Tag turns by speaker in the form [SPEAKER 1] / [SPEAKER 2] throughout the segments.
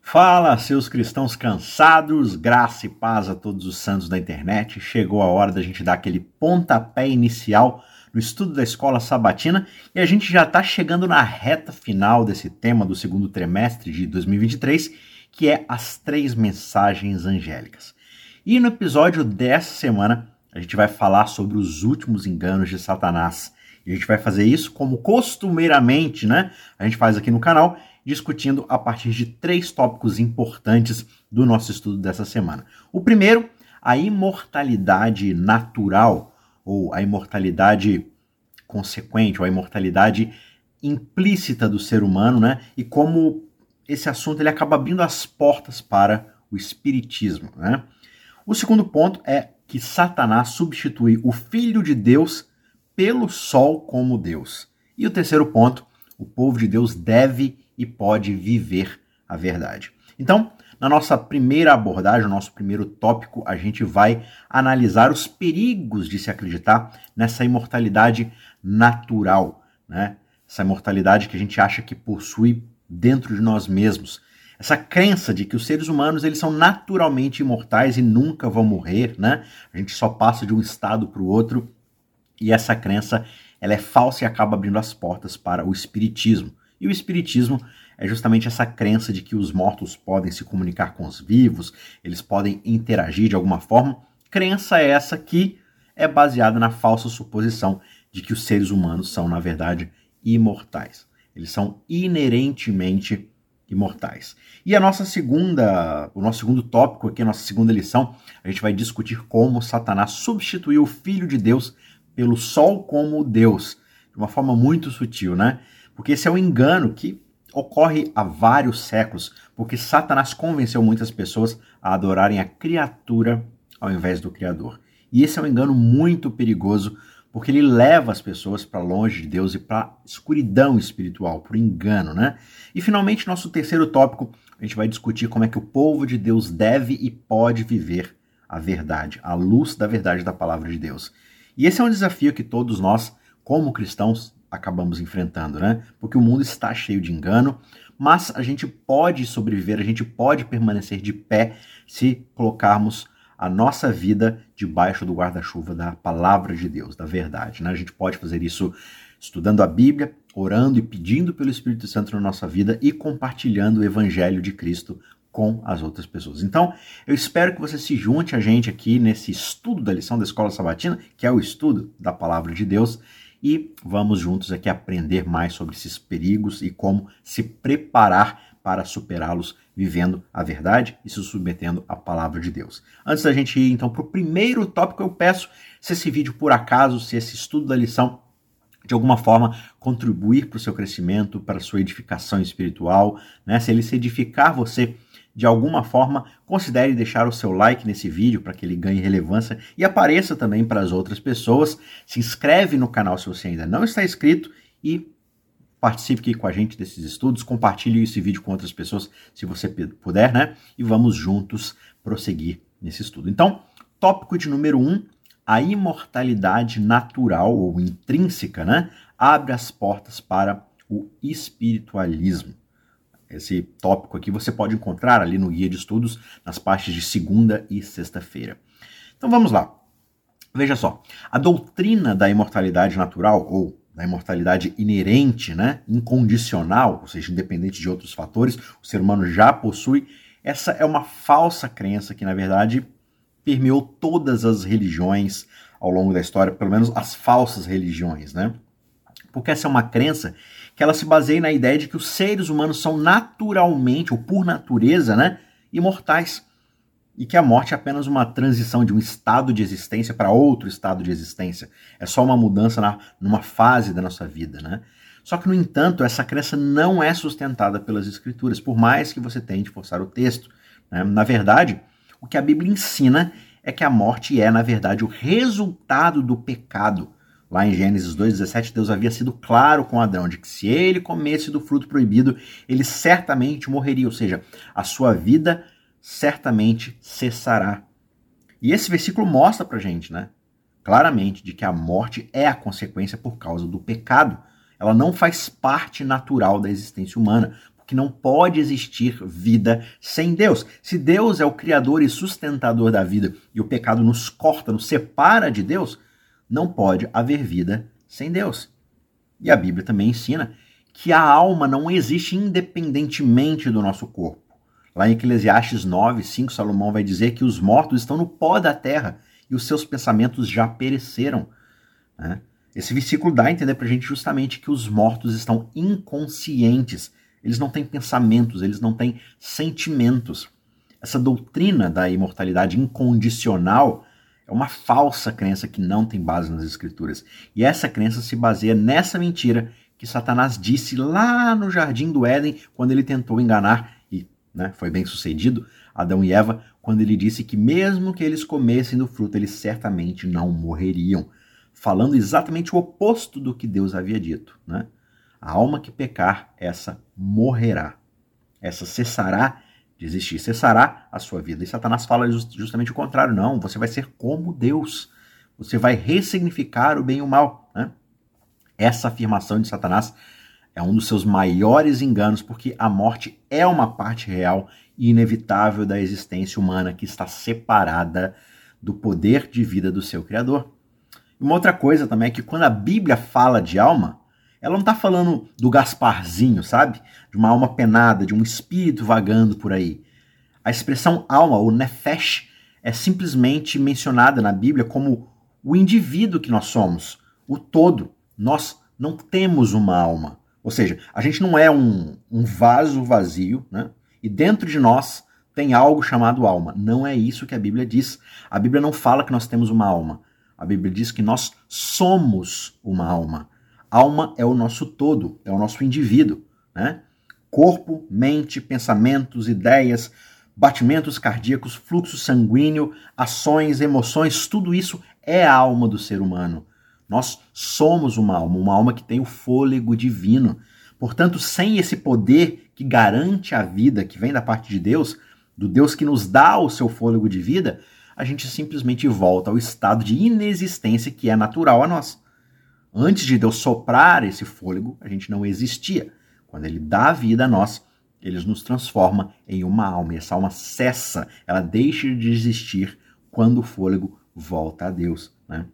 [SPEAKER 1] Fala, seus cristãos cansados, graça e paz a todos os santos da internet. Chegou a hora da gente dar aquele pontapé inicial no estudo da escola sabatina e a gente já está chegando na reta final desse tema do segundo trimestre de 2023, que é as 3 mensagens angélicas. E no episódio dessa semana, a gente vai falar sobre os últimos enganos de Satanás. E a gente vai fazer isso como costumeiramente, né? A gente faz aqui no canal, discutindo a partir de 3 tópicos importantes do nosso estudo dessa semana. O primeiro, a imortalidade natural, ou a imortalidade consequente, ou a imortalidade implícita do ser humano, né? E como esse assunto ele acaba abrindo as portas para o espiritismo, né? O segundo ponto é que Satanás substitui o Filho de Deus pelo Sol como Deus. E o terceiro ponto, o povo de Deus deve e pode viver a verdade. Então, na nossa primeira abordagem, no nosso primeiro tópico, a gente vai analisar os perigos de se acreditar nessa imortalidade natural, né? Essa imortalidade que a gente acha que possui dentro de nós mesmos. Essa crença de que os seres humanos eles são naturalmente imortais e nunca vão morrer, né? A gente só passa de um estado para o outro. E essa crença ela é falsa e acaba abrindo as portas para o espiritismo. E o espiritismo é justamente essa crença de que os mortos podem se comunicar com os vivos, eles podem interagir de alguma forma. Crença essa que é baseada na falsa suposição de que os seres humanos são, na verdade, imortais. Eles são inerentemente imortais. E o nosso segundo tópico aqui, a nossa segunda lição, a gente vai discutir como Satanás substituiu o Filho de Deus pelo Sol como Deus, de uma forma muito sutil, né? Porque esse é um engano que ocorre há vários séculos, porque Satanás convenceu muitas pessoas a adorarem a criatura ao invés do Criador. E esse é um engano muito perigoso, porque ele leva as pessoas para longe de Deus e para a escuridão espiritual, para o engano, né? E finalmente, nosso terceiro tópico, a gente vai discutir como é que o povo de Deus deve e pode viver a verdade, a luz da verdade da palavra de Deus. E esse é um desafio que todos nós, como cristãos, acabamos enfrentando, né? Porque o mundo está cheio de engano, mas a gente pode sobreviver, a gente pode permanecer de pé se colocarmos a nossa vida debaixo do guarda-chuva da palavra de Deus, da verdade, né? A gente pode fazer isso estudando a Bíblia, orando e pedindo pelo Espírito Santo na nossa vida e compartilhando o Evangelho de Cristo com as outras pessoas. Então, eu espero que você se junte a gente aqui nesse estudo da lição da Escola Sabatina, que é o estudo da palavra de Deus, e vamos juntos aqui aprender mais sobre esses perigos e como se preparar para superá-los vivendo a verdade e se submetendo à palavra de Deus. Antes da gente ir então para o primeiro tópico, eu peço se esse vídeo por acaso, se esse estudo da lição de alguma forma contribuir para o seu crescimento, para a sua edificação espiritual, né? Se ele se edificar você de alguma forma, considere deixar o seu like nesse vídeo para que ele ganhe relevância e apareça também para as outras pessoas. Se inscreve no canal se você ainda não está inscrito e participe aqui com a gente desses estudos. Compartilhe esse vídeo com outras pessoas se você puder, né? E vamos juntos prosseguir nesse estudo. Então, tópico de número 1, a imortalidade natural ou intrínseca, né? Abre as portas para o espiritualismo. Esse tópico aqui você pode encontrar ali no guia de estudos, nas partes de segunda e sexta-feira. Então vamos lá. Veja só, a doutrina da imortalidade natural, ou da imortalidade inerente, né, incondicional, ou seja, independente de outros fatores, o ser humano já possui, essa é uma falsa crença que, na verdade, permeou todas as religiões ao longo da história, pelo menos as falsas religiões, né? Porque essa é uma crença que ela se baseia na ideia de que os seres humanos são naturalmente, ou por natureza, né, imortais. E que a morte é apenas uma transição de um estado de existência para outro estado de existência. É só uma mudança numa fase da nossa vida, né? Só que, no entanto, essa crença não é sustentada pelas Escrituras, por mais que você tente forçar o texto, né? Na verdade, o que a Bíblia ensina é que a morte é, na verdade, o resultado do pecado. Lá em Gênesis 2,17, Deus havia sido claro com Adão de que se ele comesse do fruto proibido, ele certamente morreria, ou seja, a sua vida certamente cessará. E esse versículo mostra pra gente, né, claramente, de que a morte é a consequência por causa do pecado. Ela não faz parte natural da existência humana, que não pode existir vida sem Deus. Se Deus é o criador e sustentador da vida e o pecado nos corta, nos separa de Deus, não pode haver vida sem Deus. E a Bíblia também ensina que a alma não existe independentemente do nosso corpo. Lá em Eclesiastes 9:5, Salomão vai dizer que os mortos estão no pó da terra e os seus pensamentos já pereceram. Né? Esse versículo dá a entender pra gente justamente que os mortos estão inconscientes. Eles não têm pensamentos, eles não têm sentimentos. Essa doutrina da imortalidade incondicional é uma falsa crença que não tem base nas Escrituras. E essa crença se baseia nessa mentira que Satanás disse lá no Jardim do Éden, quando ele tentou enganar, e foi bem sucedido, Adão e Eva, quando ele disse que mesmo que eles comessem do fruto, eles certamente não morreriam. Falando exatamente o oposto do que Deus havia dito. Né? A alma que pecar, essa morrerá. Essa cessará de existir, cessará a sua vida. E Satanás fala justamente o contrário. Não, você vai ser como Deus. Você vai ressignificar o bem e o mal. Né? Essa afirmação de Satanás é um dos seus maiores enganos, porque a morte é uma parte real e inevitável da existência humana que está separada do poder de vida do seu Criador. Uma outra coisa também é que quando a Bíblia fala de alma, ela não está falando do Gasparzinho, sabe? De uma alma penada, de um espírito vagando por aí. A expressão alma, ou nefesh, é simplesmente mencionada na Bíblia como o indivíduo que nós somos, o todo. Nós não temos uma alma. Ou seja, a gente não é um vaso vazio, né? E dentro de nós tem algo chamado alma. Não é isso que a Bíblia diz. A Bíblia não fala que nós temos uma alma. A Bíblia diz que nós somos uma alma. Alma é o nosso todo, é o nosso indivíduo. Né? Corpo, mente, pensamentos, ideias, batimentos cardíacos, fluxo sanguíneo, ações, emoções, tudo isso é a alma do ser humano. Nós somos uma alma que tem o fôlego divino. Portanto, sem esse poder que garante a vida, que vem da parte de Deus, do Deus que nos dá o seu fôlego de vida, a gente simplesmente volta ao estado de inexistência que é natural a nós. Antes de Deus soprar esse fôlego, a gente não existia. Quando ele dá vida a nós, ele nos transforma em uma alma. E essa alma cessa, ela deixa de existir quando o fôlego volta a Deus. Né?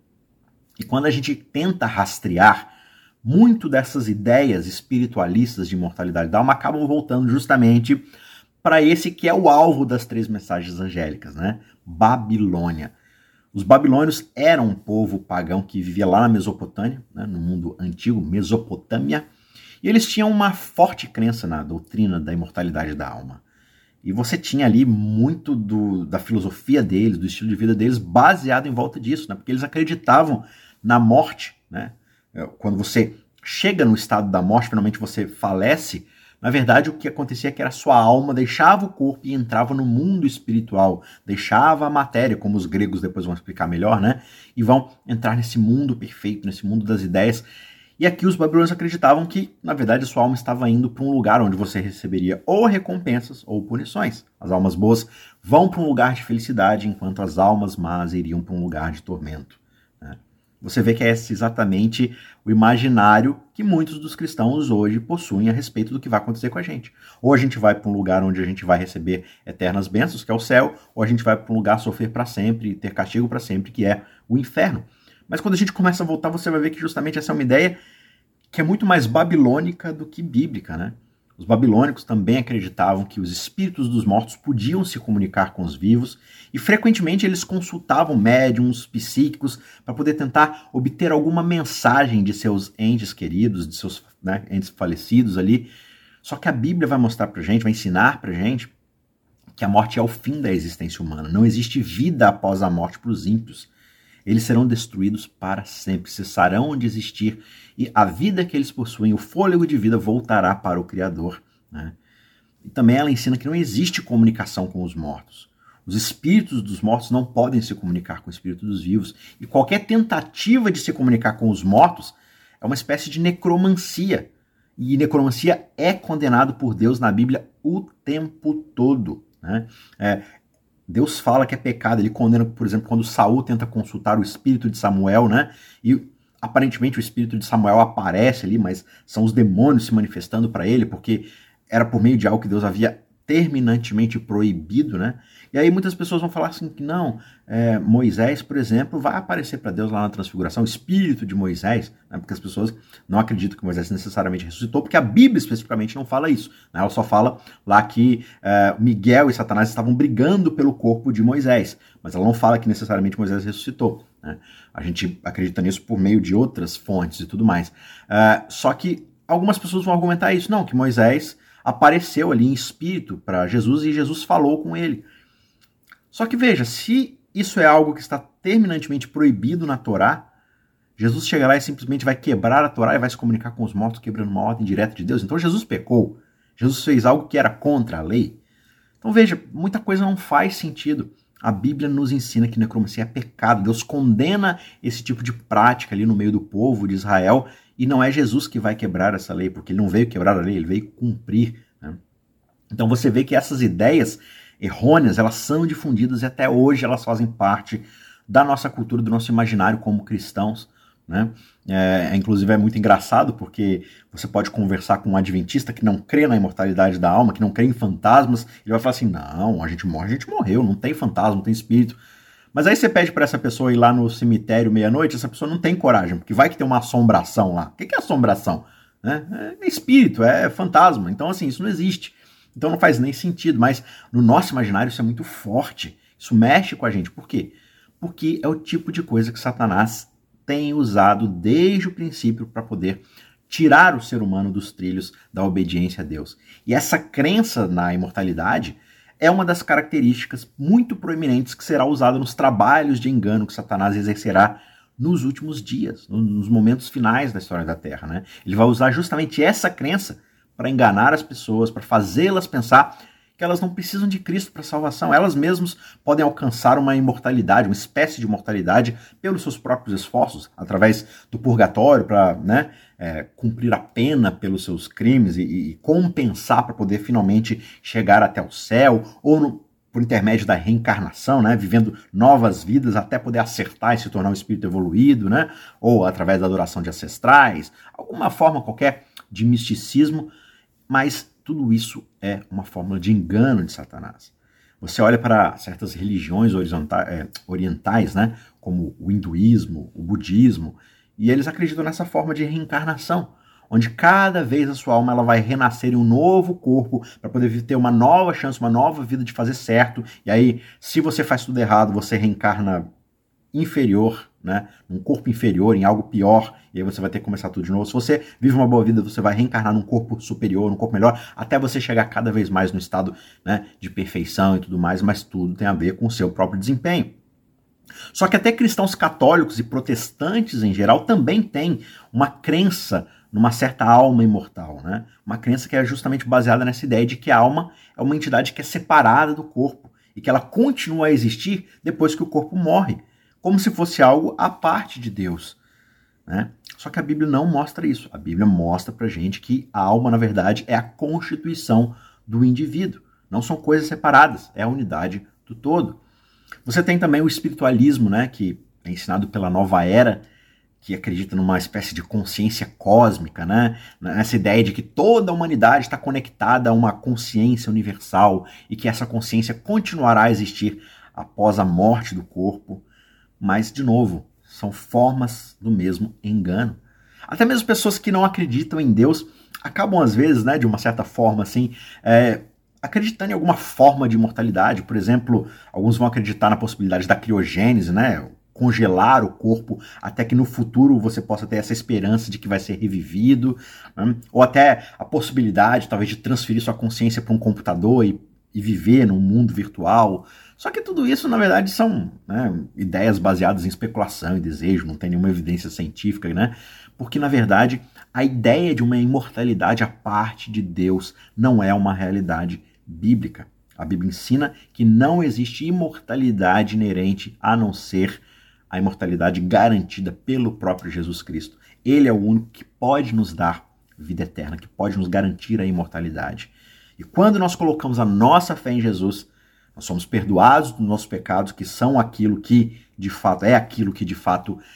[SPEAKER 1] E quando a gente tenta rastrear, muito dessas ideias espiritualistas de imortalidade da alma acabam voltando justamente para esse que é o alvo das 3 mensagens angélicas, né? Babilônia. Os babilônios eram um povo pagão que vivia lá na Mesopotâmia, né? No mundo antigo, Mesopotâmia, e eles tinham uma forte crença na doutrina da imortalidade da alma. E você tinha ali muito da filosofia deles, do estilo de vida deles, baseado em volta disso, né? Porque eles acreditavam na morte, né? Quando você chega no estado da morte, finalmente você falece, na verdade o que acontecia é que a sua alma deixava o corpo e entrava no mundo espiritual, deixava a matéria, como os gregos depois vão explicar melhor, né? E vão entrar nesse mundo perfeito, nesse mundo das ideias. E aqui os babilônios acreditavam que, na verdade, a sua alma estava indo para um lugar onde você receberia ou recompensas ou punições. As almas boas vão para um lugar de felicidade, enquanto as almas más iriam para um lugar de tormento. Né? Você vê que é exatamente o imaginário que muitos dos cristãos hoje possuem a respeito do que vai acontecer com a gente. Ou a gente vai para um lugar onde a gente vai receber eternas bênçãos, que é o céu, ou a gente vai para um lugar sofrer para sempre e ter castigo para sempre, que é o inferno. Mas quando a gente começa a voltar, você vai ver que justamente essa é uma ideia que é muito mais babilônica do que bíblica, né? Os babilônicos também acreditavam que os espíritos dos mortos podiam se comunicar com os vivos e frequentemente eles consultavam médiums, psíquicos, para poder tentar obter alguma mensagem de seus entes queridos, de seus entes falecidos ali. Só que a Bíblia vai mostrar pra gente, vai ensinar pra gente que a morte é o fim da existência humana. Não existe vida após a morte para os ímpios. Eles serão destruídos para sempre, cessarão de existir, e a vida que eles possuem, o fôlego de vida, voltará para o Criador. Né? E também ela ensina que não existe comunicação com os mortos. Os espíritos dos mortos não podem se comunicar com o espírito dos vivos, e qualquer tentativa de se comunicar com os mortos é uma espécie de necromancia. E necromancia é condenado por Deus na Bíblia o tempo todo. Né? Deus fala que é pecado, ele condena, por exemplo, quando Saul tenta consultar o espírito de Samuel, né? E aparentemente o espírito de Samuel aparece ali, mas são os demônios se manifestando para ele, porque era por meio de algo que Deus havia terminantemente proibido, né? E aí muitas pessoas vão falar assim que não, Moisés, por exemplo, vai aparecer para Deus lá na transfiguração, o espírito de Moisés, né? Porque as pessoas não acreditam que Moisés necessariamente ressuscitou, porque a Bíblia especificamente não fala isso, né? Ela só fala lá que Miguel e Satanás estavam brigando pelo corpo de Moisés, mas ela não fala que necessariamente Moisés ressuscitou, né? A gente acredita nisso por meio de outras fontes e tudo mais. Só que algumas pessoas vão argumentar isso, não, que Moisés apareceu ali em espírito para Jesus e Jesus falou com ele. Só que veja, se isso é algo que está terminantemente proibido na Torá, Jesus chega lá e simplesmente vai quebrar a Torá e vai se comunicar com os mortos, quebrando uma ordem direta de Deus. Então Jesus pecou. Jesus fez algo que era contra a lei. Então veja, muita coisa não faz sentido. A Bíblia nos ensina que necromancia é pecado. Deus condena esse tipo de prática ali no meio do povo de Israel. E não é Jesus que vai quebrar essa lei, porque ele não veio quebrar a lei, ele veio cumprir, né? Então você vê que essas ideias errôneas, elas são difundidas e até hoje elas fazem parte da nossa cultura, do nosso imaginário como cristãos, né? Inclusive é muito engraçado porque você pode conversar com um adventista que não crê na imortalidade da alma, que não crê em fantasmas, ele vai falar assim, não, a gente morre, a gente morreu, não tem fantasma, não tem espírito. Mas aí você pede para essa pessoa ir lá no cemitério meia-noite, essa pessoa não tem coragem, porque vai que tem uma assombração lá. O que é assombração? É espírito, é fantasma. Então, assim, isso não existe. Então não faz nem sentido, mas no nosso imaginário isso é muito forte. Isso mexe com a gente. Por quê? Porque é o tipo de coisa que Satanás tem usado desde o princípio para poder tirar o ser humano dos trilhos da obediência a Deus. E essa crença na imortalidade é uma das características muito proeminentes que será usada nos trabalhos de engano que Satanás exercerá nos últimos dias, nos momentos finais da história da Terra, né? Ele vai usar justamente essa crença para enganar as pessoas, para fazê-las pensar que elas não precisam de Cristo para salvação. Elas mesmas podem alcançar uma imortalidade, uma espécie de imortalidade pelos seus próprios esforços, através do purgatório, para cumprir a pena pelos seus crimes e compensar para poder finalmente chegar até o céu, ou por intermédio da reencarnação, né, vivendo novas vidas até poder acertar e se tornar um espírito evoluído, né, ou através da adoração de ancestrais, alguma forma qualquer de misticismo, mas tudo isso é uma fórmula de engano de Satanás. Você olha para certas religiões orientais, né, como o hinduísmo, o budismo, e eles acreditam nessa forma de reencarnação, onde cada vez a sua alma ela vai renascer em um novo corpo para poder ter uma nova chance, uma nova vida de fazer certo. E aí, se você faz tudo errado, você reencarna inferior, né, num corpo inferior, em algo pior, e aí você vai ter que começar tudo de novo. Se você vive uma boa vida, você vai reencarnar num corpo superior, num corpo melhor, até você chegar cada vez mais no estado, né, de perfeição e tudo mais, mas tudo tem a ver com o seu próprio desempenho. Só que até cristãos católicos e protestantes em geral também têm uma crença numa certa alma imortal, né? Uma crença que é justamente baseada nessa ideia de que a alma é uma entidade que é separada do corpo e que ela continua a existir depois que o corpo morre, como se fosse algo à parte de Deus, né? Só que a Bíblia não mostra isso. A Bíblia mostra pra gente que a alma, na verdade, é a constituição do indivíduo. Não são coisas separadas, é a unidade do todo. Você tem também o espiritualismo, né, que é ensinado pela Nova Era, que acredita numa espécie de consciência cósmica, né? Nessa ideia de que toda a humanidade está conectada a uma consciência universal e que essa consciência continuará a existir após a morte do corpo. Mas, de novo, são formas do mesmo engano. Até mesmo pessoas que não acreditam em Deus acabam, às vezes, né, de uma certa forma, assim, acreditando em alguma forma de imortalidade. Por exemplo, alguns vão acreditar na possibilidade da criogênese, né? Congelar o corpo até que no futuro você possa ter essa esperança de que vai ser revivido, né? Ou até a possibilidade, talvez, de transferir sua consciência para um computador e viver num mundo virtual. Só que tudo isso, na verdade, são, né, ideias baseadas em especulação e desejo, não tem nenhuma evidência científica, né? Porque, na verdade, a ideia de uma imortalidade à parte de Deus não é uma realidade bíblica. A Bíblia ensina que não existe imortalidade inerente a não ser a imortalidade garantida pelo próprio Jesus Cristo. Ele é o único que pode nos dar vida eterna, que pode nos garantir a imortalidade. E quando nós colocamos a nossa fé em Jesus, nós somos perdoados dos nossos pecados, que são aquilo que de fato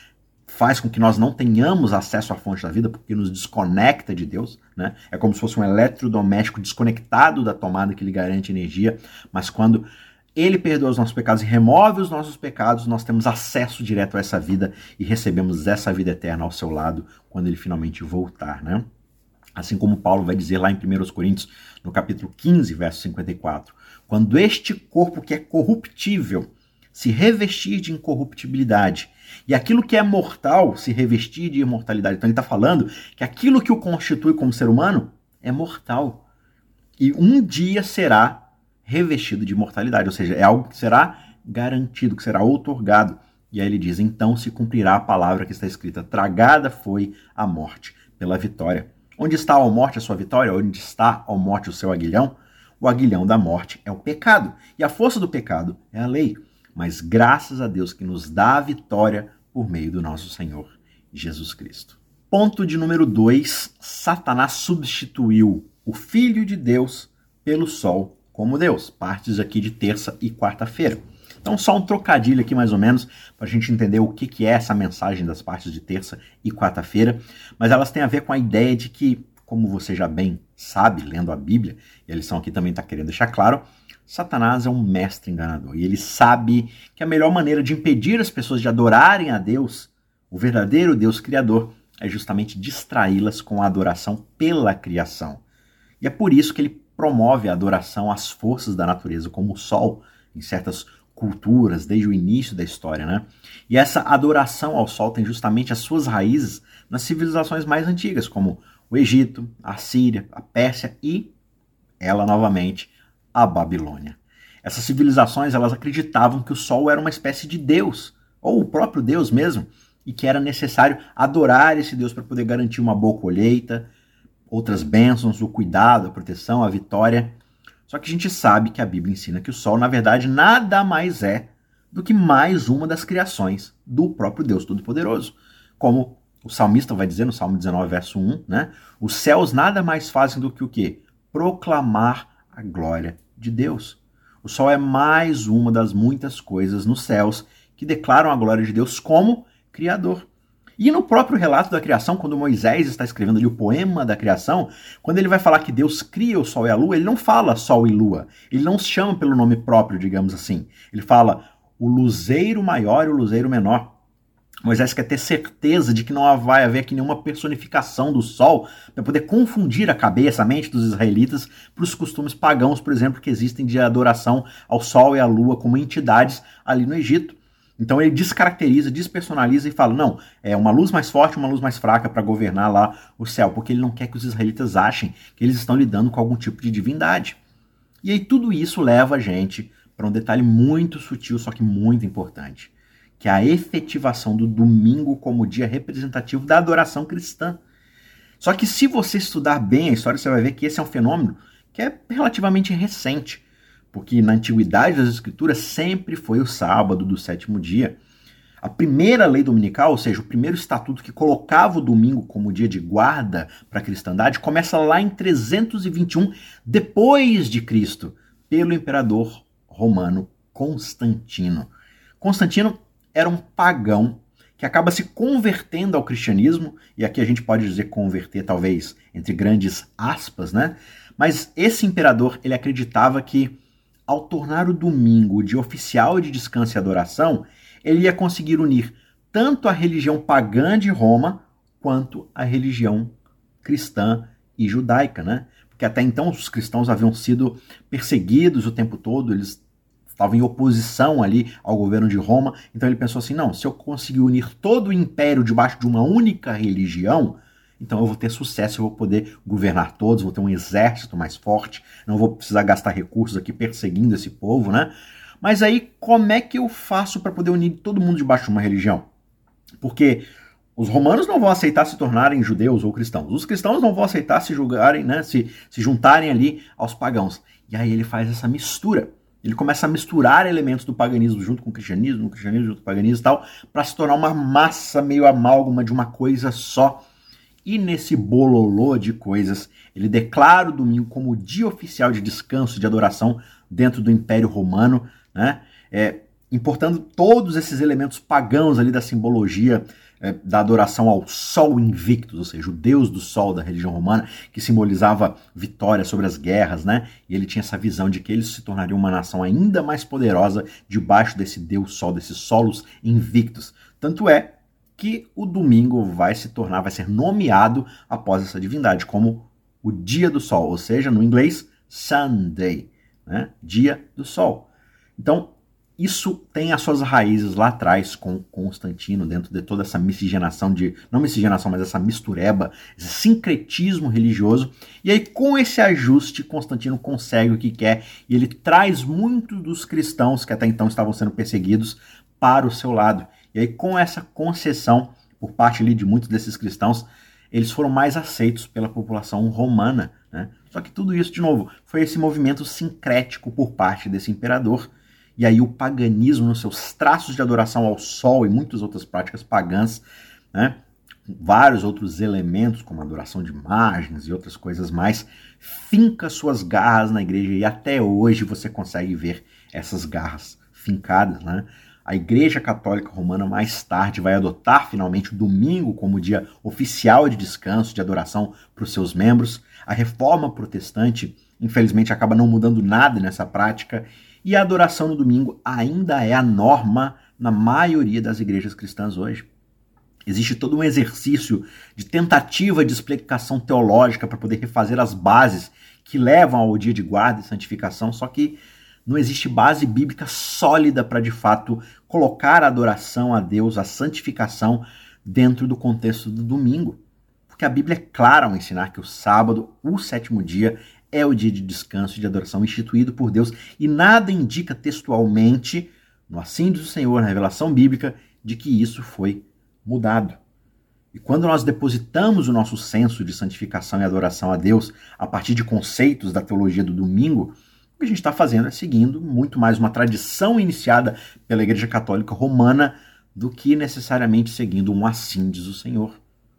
[SPEAKER 1] faz com que nós não tenhamos acesso à fonte da vida, porque nos desconecta de Deus, né? É como se fosse um eletrodoméstico desconectado da tomada que lhe garante energia, mas quando ele perdoa os nossos pecados e remove os nossos pecados, nós temos acesso direto a essa vida e recebemos essa vida eterna ao seu lado quando ele finalmente voltar, né? Assim como Paulo vai dizer lá em 1 Coríntios, no capítulo 15, verso 54, quando este corpo que é corruptível se revestir de incorruptibilidade, e aquilo que é mortal se revestir de imortalidade. Então ele está falando que aquilo que o constitui como ser humano é mortal. E um dia será revestido de imortalidade, ou seja, é algo que será garantido, que será outorgado. E aí ele diz, então se cumprirá a palavra que está escrita, tragada foi a morte pela vitória. Onde está, ó morte, a sua vitória? Onde está, ó morte, o seu aguilhão? O aguilhão da morte é o pecado, e a força do pecado é a lei. Mas graças a Deus que nos dá a vitória por meio do nosso Senhor Jesus Cristo. Ponto de número 2, Satanás substituiu o Filho de Deus pelo Sol como Deus. Partes aqui de terça e quarta-feira. Então só um trocadilho aqui mais ou menos, para a gente entender o que é essa mensagem das partes de terça e quarta-feira. Mas elas têm a ver com a ideia de que, como você já bem sabe, lendo a Bíblia, e a lição aqui também está querendo deixar claro, Satanás é um mestre enganador e ele sabe que a melhor maneira de impedir as pessoas de adorarem a Deus, o verdadeiro Deus Criador, é justamente distraí-las com a adoração pela criação. E é por isso que ele promove a adoração às forças da natureza, como o Sol, em certas culturas, desde o início da história, né? E essa adoração ao Sol tem justamente as suas raízes nas civilizações mais antigas, como o Egito, a Síria, a Pérsia e, ela novamente, a Babilônia. Essas civilizações, elas acreditavam que o Sol era uma espécie de Deus, ou o próprio Deus mesmo, e que era necessário adorar esse Deus para poder garantir uma boa colheita, outras bênçãos, o cuidado, a proteção, a vitória. Só que a gente sabe que a Bíblia ensina que o Sol, na verdade, nada mais é do que mais uma das criações do próprio Deus Todo-Poderoso. Como o salmista vai dizer no Salmo 19, verso 1, né? Os céus nada mais fazem do que o quê? Proclamar a glória de Deus. O Sol é mais uma das muitas coisas nos céus que declaram a glória de Deus como Criador. E no próprio relato da criação, quando Moisés está escrevendo ali o poema da criação, quando ele vai falar que Deus cria o Sol e a Lua, ele não fala Sol e Lua. Ele não se chama pelo nome próprio, digamos assim. Ele fala o luzeiro maior e o luzeiro menor. Moisés quer ter certeza de que não vai haver aqui nenhuma personificação do Sol para poder confundir a cabeça, a mente dos israelitas para os costumes pagãos, por exemplo, que existem de adoração ao Sol e à Lua como entidades ali no Egito. Então ele descaracteriza, despersonaliza e fala, não, é uma luz mais forte, uma luz mais fraca para governar lá o céu, porque ele não quer que os israelitas achem que eles estão lidando com algum tipo de divindade. E aí tudo isso leva a gente para um detalhe muito sutil, só que muito importante, que é a efetivação do domingo como dia representativo da adoração cristã. Só que se você estudar bem a história, você vai ver que esse é um fenômeno que é relativamente recente, porque na antiguidade das escrituras sempre foi o sábado do sétimo dia. A primeira lei dominical, ou seja, o primeiro estatuto que colocava o domingo como dia de guarda para a cristandade, começa lá em 321 depois de Cristo, pelo imperador romano Constantino. Constantino era um pagão que acaba se convertendo ao cristianismo, e aqui a gente pode dizer converter talvez entre grandes aspas, né? Mas esse imperador, ele acreditava que ao tornar o domingo de oficial de descanso e adoração, ele ia conseguir unir tanto a religião pagã de Roma quanto a religião cristã e judaica, né? Porque até então os cristãos haviam sido perseguidos o tempo todo, eles estavam em oposição ali ao governo de Roma, então ele pensou assim, não, se eu conseguir unir todo o império debaixo de uma única religião, então eu vou ter sucesso, eu vou poder governar todos, vou ter um exército mais forte, não vou precisar gastar recursos aqui perseguindo esse povo, né? Mas aí, como é que eu faço para poder unir todo mundo debaixo de uma religião? Porque os romanos não vão aceitar se tornarem judeus ou cristãos. Os cristãos não vão aceitar se julgarem, né, se juntarem ali aos pagãos. E aí ele faz essa mistura. Ele começa a misturar elementos do paganismo junto com o cristianismo junto com o paganismo e tal, para se tornar uma massa meio amálgama de uma coisa só. E nesse bololô de coisas, ele declara o domingo como o dia oficial de descanso, de adoração dentro do Império Romano, né? Importando todos esses elementos pagãos ali da simbologia da adoração ao Sol Invictus, ou seja, o deus do Sol da religião romana, que simbolizava vitória sobre as guerras, né? E ele tinha essa visão de que eles se tornariam uma nação ainda mais poderosa debaixo desse deus Sol, desse Solus Invictus. Tanto é que o domingo vai ser nomeado após essa divindade como o dia do Sol, ou seja, no inglês, Sunday, né? Dia do Sol. Então, isso tem as suas raízes lá atrás com Constantino, dentro de toda essa miscigenação não miscigenação, mas essa mistureba, esse sincretismo religioso. E aí, com esse ajuste, Constantino consegue o que quer e ele traz muitos dos cristãos que até então estavam sendo perseguidos para o seu lado. E aí, com essa concessão por parte ali de muitos desses cristãos, eles foram mais aceitos pela população romana, né? Só que tudo isso, de novo, foi esse movimento sincrético por parte desse imperador. E aí o paganismo, nos seus traços de adoração ao sol e muitas outras práticas pagãs, né, vários outros elementos, como adoração de imagens e outras coisas mais, finca suas garras na igreja e até hoje você consegue ver essas garras fincadas, né? A Igreja Católica Romana mais tarde vai adotar finalmente o domingo como dia oficial de descanso, de adoração para os seus membros. A Reforma Protestante, infelizmente, acaba não mudando nada nessa prática. E a adoração no domingo ainda é a norma na maioria das igrejas cristãs hoje. Existe todo um exercício de tentativa de explicação teológica para poder refazer as bases que levam ao dia de guarda e santificação, só que não existe base bíblica sólida para, de fato, colocar a adoração a Deus, a santificação, dentro do contexto do domingo. Porque a Bíblia é clara ao ensinar que o sábado, o sétimo dia, é o dia de descanso e de adoração instituído por Deus, e nada indica textualmente, no assim diz o Senhor, na revelação bíblica, de que isso foi mudado. E quando nós depositamos o nosso senso de santificação e adoração a Deus a partir de conceitos da teologia do domingo, o que a gente está fazendo é seguindo muito mais uma tradição iniciada pela Igreja Católica Romana do que necessariamente seguindo um assim diz o Senhor.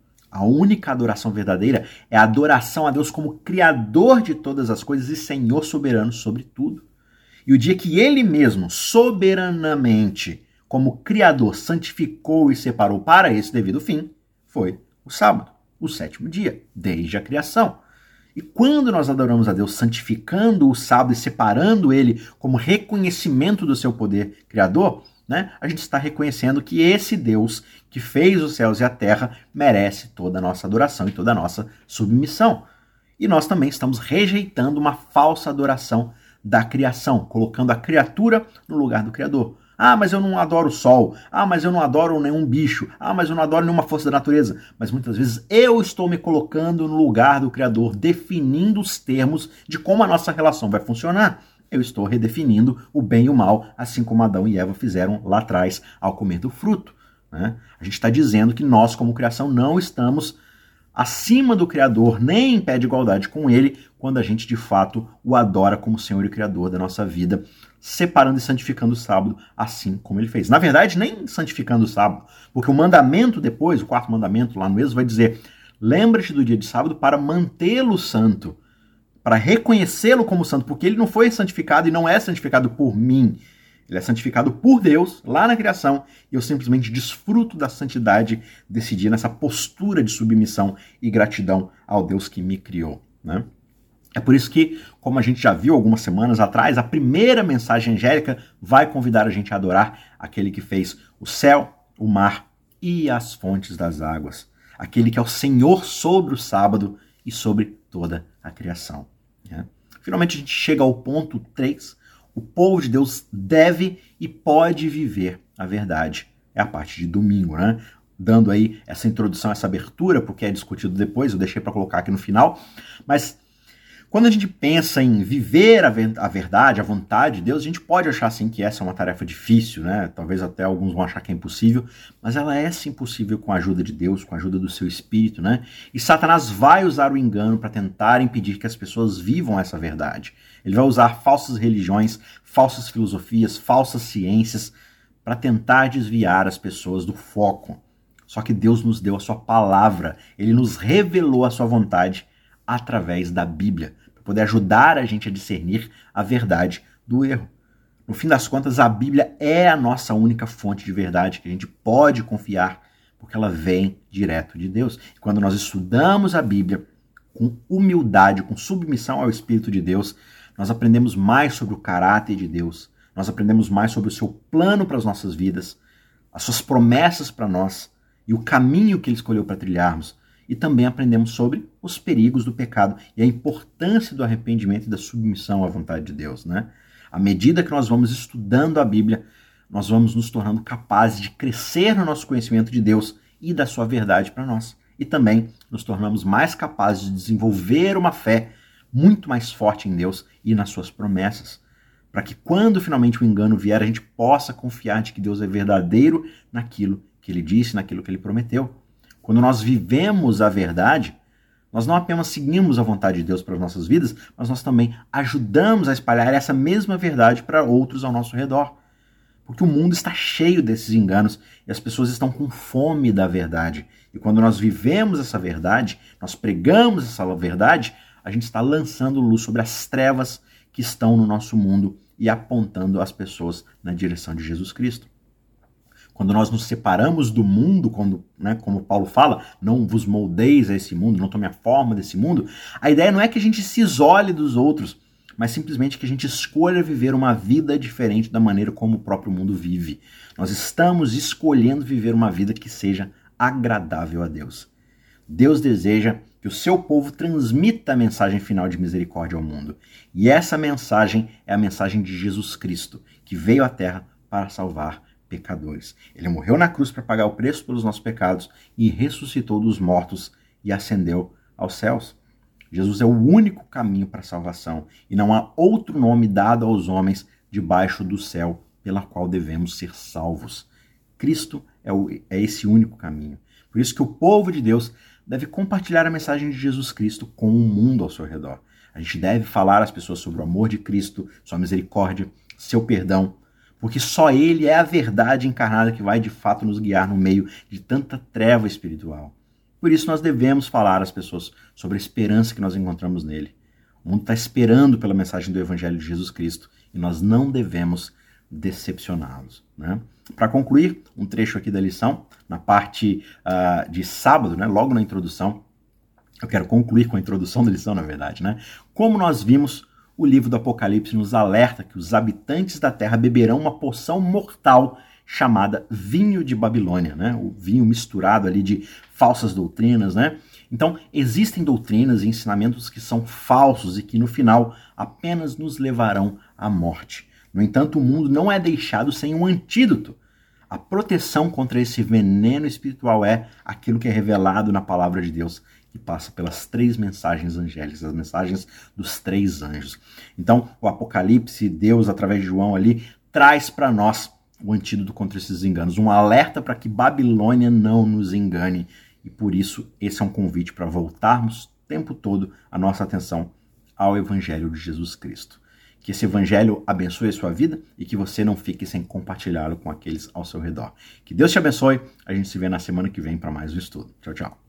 [SPEAKER 1] A única adoração verdadeira é a adoração a Deus como Criador de todas as coisas e Senhor soberano sobre tudo. E o dia que Ele mesmo, soberanamente, como Criador, santificou e separou para esse devido fim, foi o sábado, o sétimo dia, desde a criação. E quando nós adoramos a Deus santificando o sábado e separando ele como reconhecimento do seu poder criador, né, a gente está reconhecendo que esse Deus que fez os céus e a terra merece toda a nossa adoração e toda a nossa submissão. E nós também estamos rejeitando uma falsa adoração da criação, colocando a criatura no lugar do Criador. Ah, mas eu não adoro o sol. Ah, mas eu não adoro nenhum bicho. Ah, mas eu não adoro nenhuma força da natureza. Mas muitas vezes eu estou me colocando no lugar do Criador, definindo os termos de como a nossa relação vai funcionar. Eu estou redefinindo o bem e o mal, assim como Adão e Eva fizeram lá atrás ao comer do fruto, né? A gente está dizendo que nós, como criação, não estamos acima do Criador, nem em pé de igualdade com Ele, quando a gente de fato o adora como Senhor e Criador da nossa vida, separando e santificando o sábado, assim como Ele fez. Na verdade, nem santificando o sábado, porque o mandamento depois, o quarto mandamento lá no Êxodo vai dizer: lembra-te do dia de sábado para mantê-lo santo, para reconhecê-lo como santo, porque ele não foi santificado e não é santificado por mim. Ele é santificado por Deus, lá na criação, e eu simplesmente desfruto da santidade desse dia, nessa postura de submissão e gratidão ao Deus que me criou, né? É por isso que, como a gente já viu algumas semanas atrás, a primeira mensagem angélica vai convidar a gente a adorar aquele que fez o céu, o mar e as fontes das águas. Aquele que é o Senhor sobre o sábado e sobre toda a criação, né? Finalmente a gente chega ao ponto 3. O povo de Deus deve e pode viver a verdade. É a parte de domingo, né? Dando aí essa introdução, essa abertura, porque é discutido depois, eu deixei para colocar aqui no final. Mas quando a gente pensa em viver a verdade, a vontade de Deus, a gente pode achar assim que essa é uma tarefa difícil, né? Talvez até alguns vão achar que é impossível, mas ela é sim possível com a ajuda de Deus, com a ajuda do seu Espírito, né? E Satanás vai usar o engano para tentar impedir que as pessoas vivam essa verdade. Ele vai usar falsas religiões, falsas filosofias, falsas ciências para tentar desviar as pessoas do foco. Só que Deus nos deu a sua palavra, Ele nos revelou a sua vontade através da Bíblia, para poder ajudar a gente a discernir a verdade do erro. No fim das contas, a Bíblia é a nossa única fonte de verdade que a gente pode confiar porque ela vem direto de Deus. E quando nós estudamos a Bíblia com humildade, com submissão ao Espírito de Deus, nós aprendemos mais sobre o caráter de Deus, nós aprendemos mais sobre o seu plano para as nossas vidas, as suas promessas para nós e o caminho que ele escolheu para trilharmos. E também aprendemos sobre os perigos do pecado e a importância do arrependimento e da submissão à vontade de Deus, né? À medida que nós vamos estudando a Bíblia, nós vamos nos tornando capazes de crescer no nosso conhecimento de Deus e da sua verdade para nós. E também nos tornamos mais capazes de desenvolver uma fé muito mais forte em Deus e nas suas promessas, para que quando finalmente o engano vier, a gente possa confiar de que Deus é verdadeiro naquilo que ele disse, naquilo que ele prometeu. Quando nós vivemos a verdade, nós não apenas seguimos a vontade de Deus para as nossas vidas, mas nós também ajudamos a espalhar essa mesma verdade para outros ao nosso redor. Porque o mundo está cheio desses enganos e as pessoas estão com fome da verdade. E quando nós vivemos essa verdade, nós pregamos essa verdade, a gente está lançando luz sobre as trevas que estão no nosso mundo e apontando as pessoas na direção de Jesus Cristo. Quando nós nos separamos do mundo, como Paulo fala, não vos moldeis a esse mundo, não tome a forma desse mundo, a ideia não é que a gente se isole dos outros, mas simplesmente que a gente escolha viver uma vida diferente da maneira como o próprio mundo vive. Nós estamos escolhendo viver uma vida que seja agradável a Deus. Deus deseja que o seu povo transmita a mensagem final de misericórdia ao mundo. E essa mensagem é a mensagem de Jesus Cristo, que veio à Terra para salvar pecadores. Ele morreu na cruz para pagar o preço pelos nossos pecados e ressuscitou dos mortos e ascendeu aos céus. Jesus é o único caminho para a salvação e não há outro nome dado aos homens debaixo do céu pela qual devemos ser salvos. Cristo é esse único caminho. Por isso que o povo de Deus deve compartilhar a mensagem de Jesus Cristo com o mundo ao seu redor. A gente deve falar às pessoas sobre o amor de Cristo, sua misericórdia, seu perdão, porque só Ele é a verdade encarnada que vai de fato nos guiar no meio de tanta treva espiritual. Por isso nós devemos falar às pessoas sobre a esperança que nós encontramos nele. O mundo está esperando pela mensagem do Evangelho de Jesus Cristo e nós não devemos decepcioná-los, né? Para concluir, um trecho aqui da lição, na parte de sábado, né, logo na introdução, eu quero concluir com a introdução da lição, na verdade, né? Como nós vimos, o livro do Apocalipse nos alerta que os habitantes da terra beberão uma poção mortal chamada vinho de Babilônia, né? O vinho misturado ali de falsas doutrinas, né? Então, existem doutrinas e ensinamentos que são falsos e que no final apenas nos levarão à morte. No entanto, o mundo não é deixado sem um antídoto. A proteção contra esse veneno espiritual é aquilo que é revelado na palavra de Deus, que passa pelas 3 mensagens angélicas, as mensagens dos 3 anjos. Então, o Apocalipse, Deus, através de João ali, traz para nós o antídoto contra esses enganos, um alerta para que Babilônia não nos engane. E por isso, esse é um convite para voltarmos o tempo todo a nossa atenção ao Evangelho de Jesus Cristo. Que esse Evangelho abençoe a sua vida e que você não fique sem compartilhá-lo com aqueles ao seu redor. Que Deus te abençoe. A gente se vê na semana que vem para mais um estudo. Tchau, tchau.